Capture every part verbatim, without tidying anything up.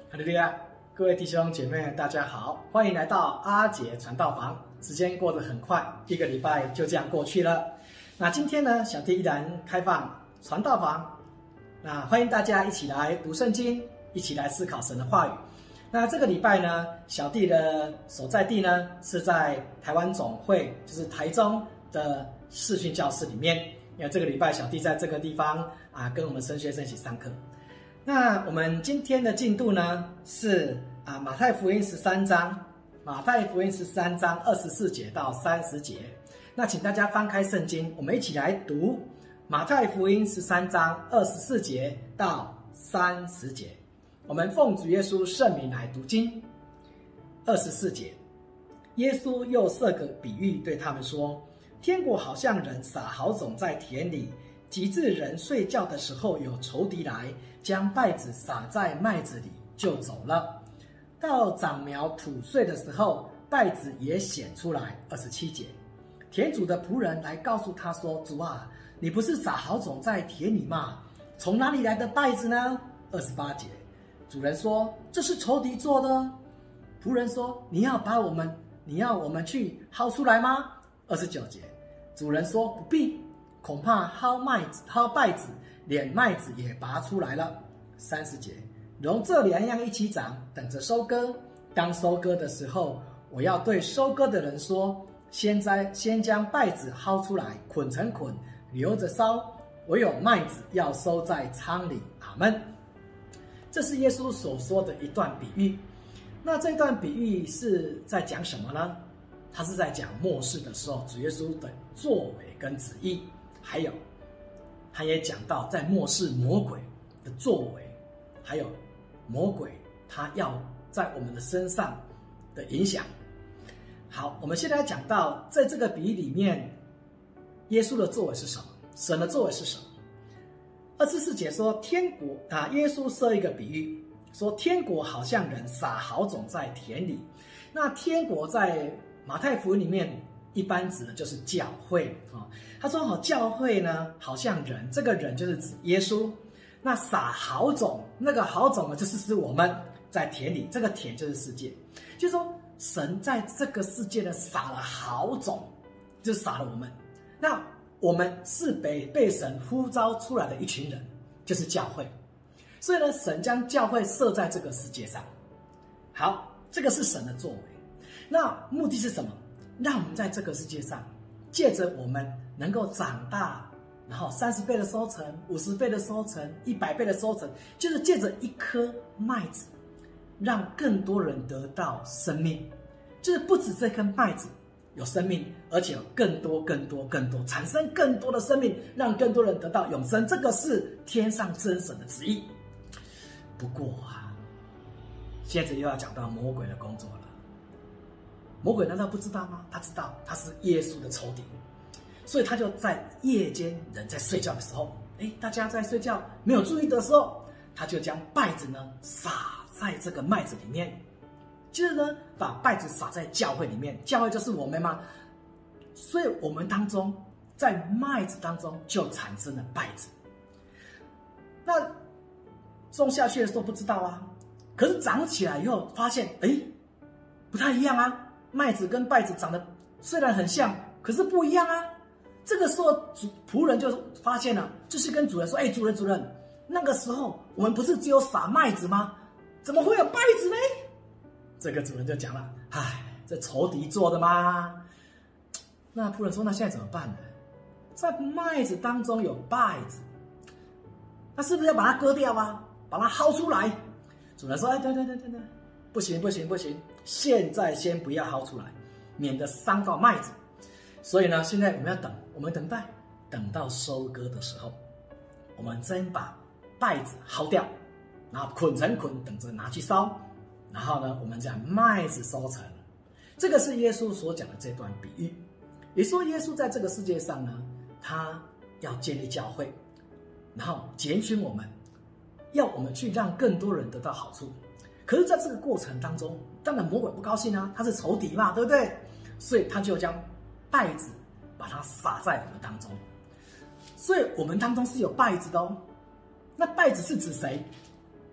哈利路亚！各位弟兄姐妹，大家好，欢迎来到阿杰传道房。时间过得很快，一个礼拜就这样过去了。那今天呢，小弟依然开放传道房，那欢迎大家一起来读圣经，一起来思考神的话语。那这个礼拜呢，小弟的所在地呢是在台湾总会，就是台中的视讯教室里面。因为这个礼拜小弟在这个地方啊，跟我们神学生一起上课。那我们今天的进度呢是啊马太福音十三章，马太福音十三章二十四节到三十节。那请大家翻开圣经，我们一起来读马太福音十三章二十四节到三十节。我们奉主耶稣圣名来读经。二十四节，耶稣又设个比喻对他们说：天国好像人撒好种在田里，及至人睡觉的时候，有仇敌来，将稗子撒在麦子里，就走了。到长苗吐穗的时候，稗子也显出来。二十七节，田主的仆人来告诉他说：主啊，你不是撒好种在田里吗？从哪里来的稗子呢？二十八节，主人说：这是仇敌做的。仆人说：你要把我们，你要我们去薅出来吗？二十九节，主人说：不必，恐怕薅麦子、薅稗子，连麦子也拔出来了。三十节，容这两样一起长，等着收割。当收割的时候，我要对收割的人说：先摘，先将稗子薅出来，捆成捆，留着烧；唯有麦子要收在仓里。阿们。这是耶稣所说的一段比喻。那这段比喻是在讲什么呢？他是在讲末世的时候主耶稣的作为跟旨意，还有他也讲到在末世魔鬼的作为，还有魔鬼他要在我们的身上的影响。好，我们现在讲到在这个比喻里面，耶稣的作为是什么？神的作为是什么？二十四节说天国啊，耶稣设一个比喻，说天国好像人撒好种在田里。那天国在马太福音里面一般指的就是教会啊。他说好，教会呢好像人，这个人就是指耶稣。那撒好种，那个好种呢就是指我们在田里，这个田就是世界。就是说神在这个世界呢撒了好种，就撒了我们。那我们是被被神呼召出来的一群人，就是教会。所以呢，神将教会设在这个世界上。好，这个是神的作为。那目的是什么？让我们在这个世界上，借着我们能够长大，然后三十倍的收成，五十倍的收成，一百倍的收成，就是借着一颗麦子，让更多人得到生命。就是不止这颗麦子有生命，而且有更多、更多、更多，产生更多的生命，让更多人得到永生。这个是天上真神的旨意。不过啊，现在又要讲到魔鬼的工作了。魔鬼难道不知道吗？他知道，他是耶稣的仇敌，所以他就在夜间人在睡觉的时候，哎，大家在睡觉没有注意的时候，他就将稗子呢撒在这个麦子里面，就是呢把稗子撒在教会里面，教会就是我们嘛，所以我们当中在麦子当中就产生了稗子。那种下去的时候不知道啊，可是长起来以后发现，哎，不太一样啊。麦子跟稗子长得虽然很像，可是不一样啊。这个时候主仆人就发现了，就是跟主人说：哎，主人主人，那个时候我们不是只有撒麦子吗？怎么会有稗子呢？这个主人就讲了：唉，这仇敌做的吗？那仆人说：那现在怎么办呢？在麦子当中有稗子，那是不是要把它割掉啊？把它薅出来？主人说：哎，对对对对对，不行不行不行，现在先不要薅出来，免得伤到麦子。所以呢，现在我们要等，我们等待，等到收割的时候，我们真把稗子薅掉，然后捆成捆，等着拿去烧。然后呢，我们将麦子收成。这个是耶稣所讲的这段比喻。也说耶稣在这个世界上呢，他要建立教会，然后拣选我们，要我们去让更多人得到好处。可是在这个过程当中，当然魔鬼不高兴啊，他是仇敌嘛，对不对？所以他就将稗子把它撒在我们当中。所以我们当中是有稗子的哦。那稗子是指谁？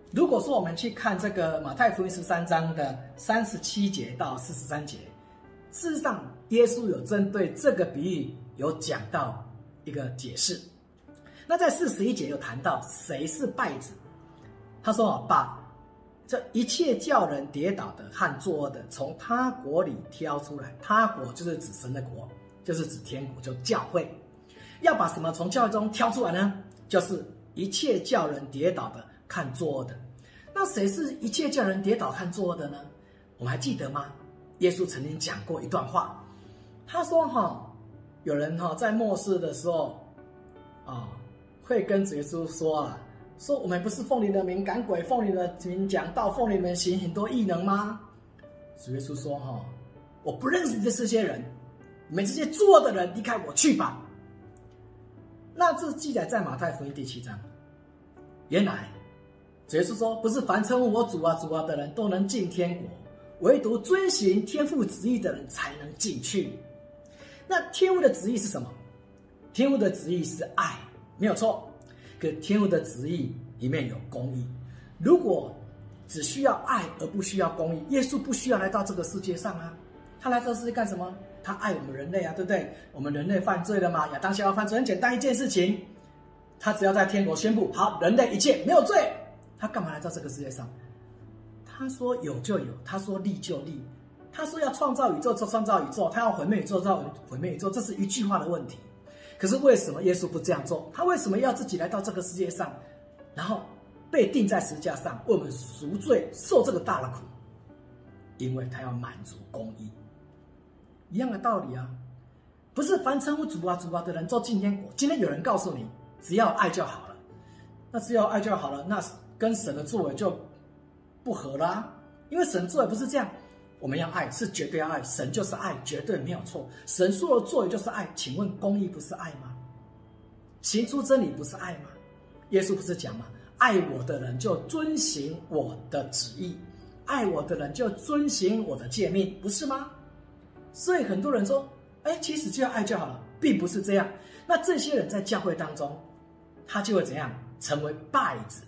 如果说我们去看这个马太福音十三章的三十七节到四十三节，事实上耶稣有针对这个比喻有讲到一个解释。那在四十一节有谈到谁是稗子，他说把这一切叫人跌倒的和作恶的从他国里挑出来，他国就是指神的国，就是指天国，就教会。要把什么从教会中挑出来呢？就是一切叫人跌倒的看作恶的。那谁是一切叫人跌倒看作恶的呢？我们还记得吗？耶稣曾经讲过一段话，他说哈，有人哈在末世的时候啊，会跟主耶稣说啊，说我们不是奉你的名赶鬼，奉你的名讲道，奉你的名行很多异能吗？主耶稣说哈，我不认识这些人，你们这些作恶的人离开我去吧。那这记载在马太福音第七章。原来主耶稣说，不是凡称我主啊主啊的人都能进天国，唯独遵行天父旨意的人才能进去。那天父的旨意是什么？天父的旨意是爱，没有错。可天父的旨意里面有公义。如果只需要爱而不需要公义，耶稣不需要来到这个世界上啊。他来这个世界干什么？他爱我们人类啊，对不对？我们人类犯罪了嘛，亚当夏娃犯罪，很简单一件事情，他只要在天国宣布好，人类一切没有罪，他干嘛来到这个世界上？他说有就有，他说立就立，他说要创造宇宙就创造宇宙，他要毁灭宇宙就毁灭宇宙，这是一句话的问题。可是为什么耶稣不这样做？他为什么要自己来到这个世界上，然后被钉在十字架上，为我们赎罪，受这个大的苦？因为他要满足公义。一样的道理啊，不是凡称呼主啊主啊的人都进天国。今天有人告诉你，只要爱就好了，那只要爱就好了，那跟神的作为就不合啦、啊。因为神作为不是这样，我们要爱是绝对要爱，神就是爱，绝对没有错。神说的作为就是爱，请问公义不是爱吗？行出真理不是爱吗？耶稣不是讲吗？爱我的人就遵行我的旨意，爱我的人就遵行我的诫命，不是吗？所以很多人说，哎，其实只要爱就好了，并不是这样。那这些人在教会当中，他就会怎样？成为稗子，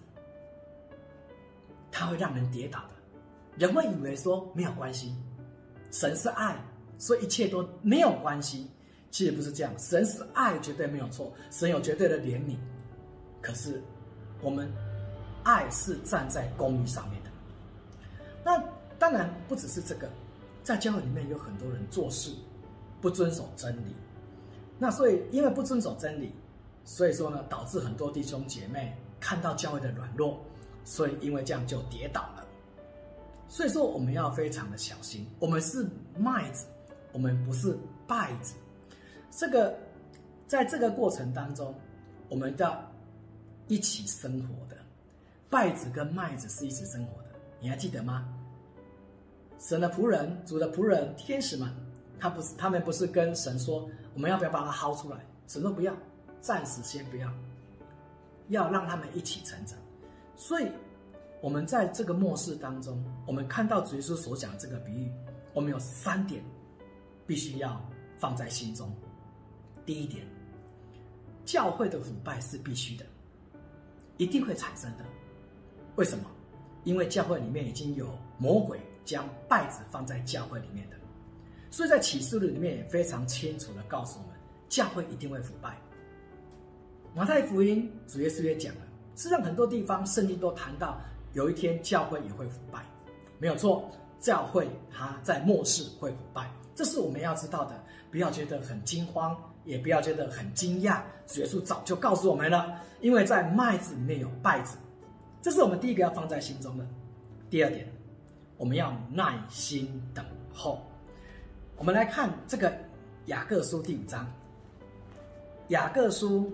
他会让人跌倒的。人会以为说没有关系，神是爱，所以一切都没有关系。其实不是这样，神是爱，绝对没有错，神有绝对的怜悯。可是我们爱是站在公义上面的。那当然不只是这个，在教会里面有很多人做事不遵守真理，那所以因为不遵守真理，所以说呢，导致很多弟兄姐妹看到教会的软弱，所以因为这样就跌倒了。所以说我们要非常的小心，我们是麦子，我们不是稗子。这个在这个过程当中，我们要一起生活的。稗子跟麦子是一起生活的，你还记得吗？神的仆人、主的仆人、天使们，他不是他们不是跟神说，我们要不要把它薅出来？神说不要，暂时先不要，要让他们一起成长。所以我们在这个末世当中，我们看到主耶稣所讲的这个比喻，我们有三点必须要放在心中。第一点，教会的腐败是必须的，一定会产生的。为什么？因为教会里面已经有魔鬼将稗子放在教会里面的，所以在启示录里面也非常清楚的告诉我们，教会一定会腐败。马太福音主耶稣也讲了，事实上很多地方圣经都谈到，有一天教会也会腐败，没有错，教会它在末世会腐败，这是我们要知道的，不要觉得很惊慌，也不要觉得很惊讶，主耶稣早就告诉我们了，因为在麦子里面有稗子，这是我们第一个要放在心中的。第二点，我们要耐心等候。我们来看这个雅各书第五章，雅各书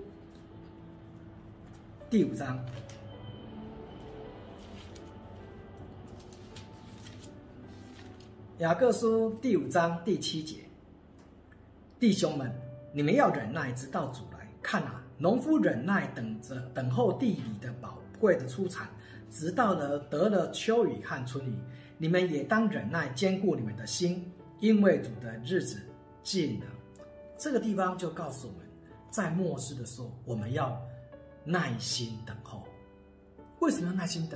第五章，雅各书第五章第七节，弟兄们，你们要忍耐，直到主来。看啊，农夫忍耐等着等候地里的宝贵的出产，直到了得了秋雨和春雨。你们也当忍耐，坚固你们的心，因为主的日子近了。这个地方就告诉我们，在末世的时候，我们要耐心等候。为什么要耐心等候？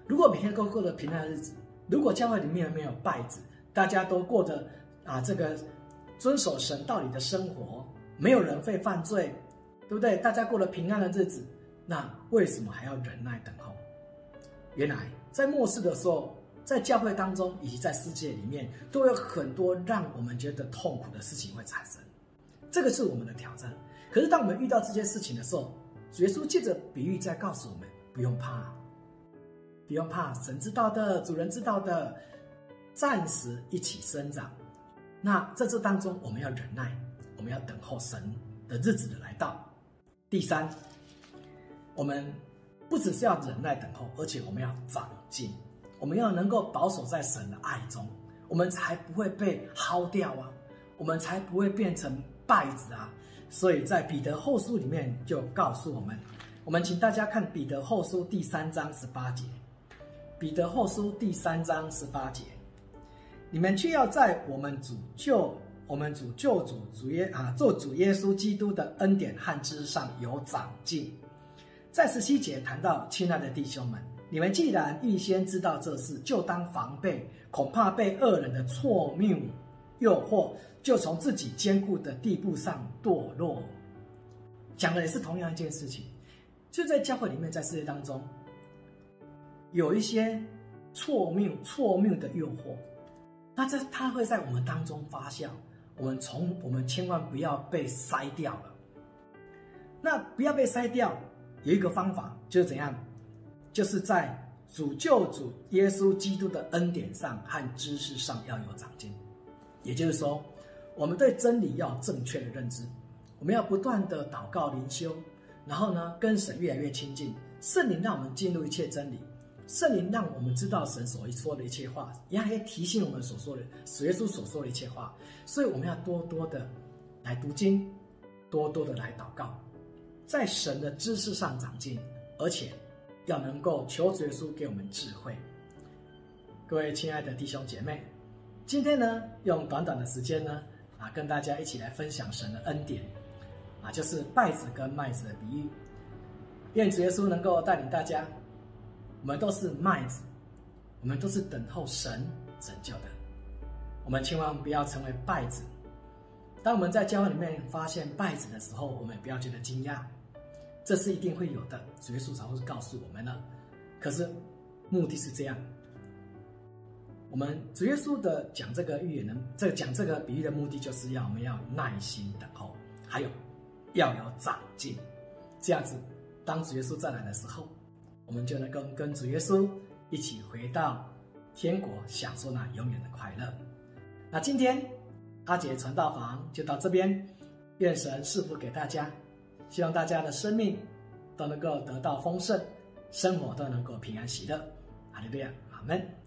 如果每天都过得平安的日子，如果教会里面没有败子，大家都过着啊这个遵守神道理的生活，没有人会犯罪，对不对？大家过了平安的日子，那为什么还要忍耐等候？原来在末世的时候，在教会当中以及在世界里面，都有很多让我们觉得痛苦的事情会产生，这个是我们的挑战。可是当我们遇到这些事情的时候，主耶稣借着比喻在告诉我们，不用怕，不用怕，神知道的，主人知道的，暂时一起生长。那在这当中，我们要忍耐，我们要等候神的日子的来到。第三，我们不只是要忍耐等候，而且我们要长进，我们要能够保守在神的爱中，我们才不会被薅掉啊，我们才不会变成败子啊。所以在彼得后书里面就告诉我们，我们请大家看彼得后书第三章十八节。彼得后书第三章十八节，你们却要在我们主救我们主救主主耶啊做主耶稣基督的恩典和知识上有长进。在十七节谈到，亲爱的弟兄们，你们既然预先知道这事，就当防备，恐怕被恶人的错谬诱惑，就从自己坚固的地步上堕落。讲的也是同样一件事情，就在教会里面，在世界当中，有一些错谬错谬的诱惑，那这它会在我们当中发酵，我们从我们千万不要被筛掉了。那不要被筛掉，有一个方法，就是怎样？就是在主救主耶稣基督的恩典上和知识上要有长进。也就是说，我们对真理要有正确的认知，我们要不断的祷告灵修，然后呢，跟神越来越亲近。圣灵让我们进入一切真理，圣灵让我们知道神所说的一切话，也还提醒我们所说的主耶稣所说的一切话。所以我们要多多的来读经，多多的来祷告，在神的知识上长进，而且要能够求主耶稣给我们智慧。各位亲爱的弟兄姐妹，今天呢，用短短的时间呢，啊，跟大家一起来分享神的恩典，啊，就是稗子跟麦子的比喻。愿主耶稣能够带领大家，我们都是麦子，我们都是等候神拯救的，我们千万不要成为稗子。当我们在教会里面发现稗子的时候，我们不要觉得惊讶，这是一定会有的，主耶稣才会告诉我们了。可是目的是这样，我们主耶稣的讲这个预言的，这讲这个比喻的目的，就是要我们要耐心等候，还有要有长进。这样子，当主耶稣再来的时候，我们就能够跟主耶稣一起回到天国，享受那永远的快乐。那今天阿杰传道房就到这边，愿神赐福给大家，希望大家的生命都能够得到丰盛，生活都能够平安喜乐。哈利路亚，阿们。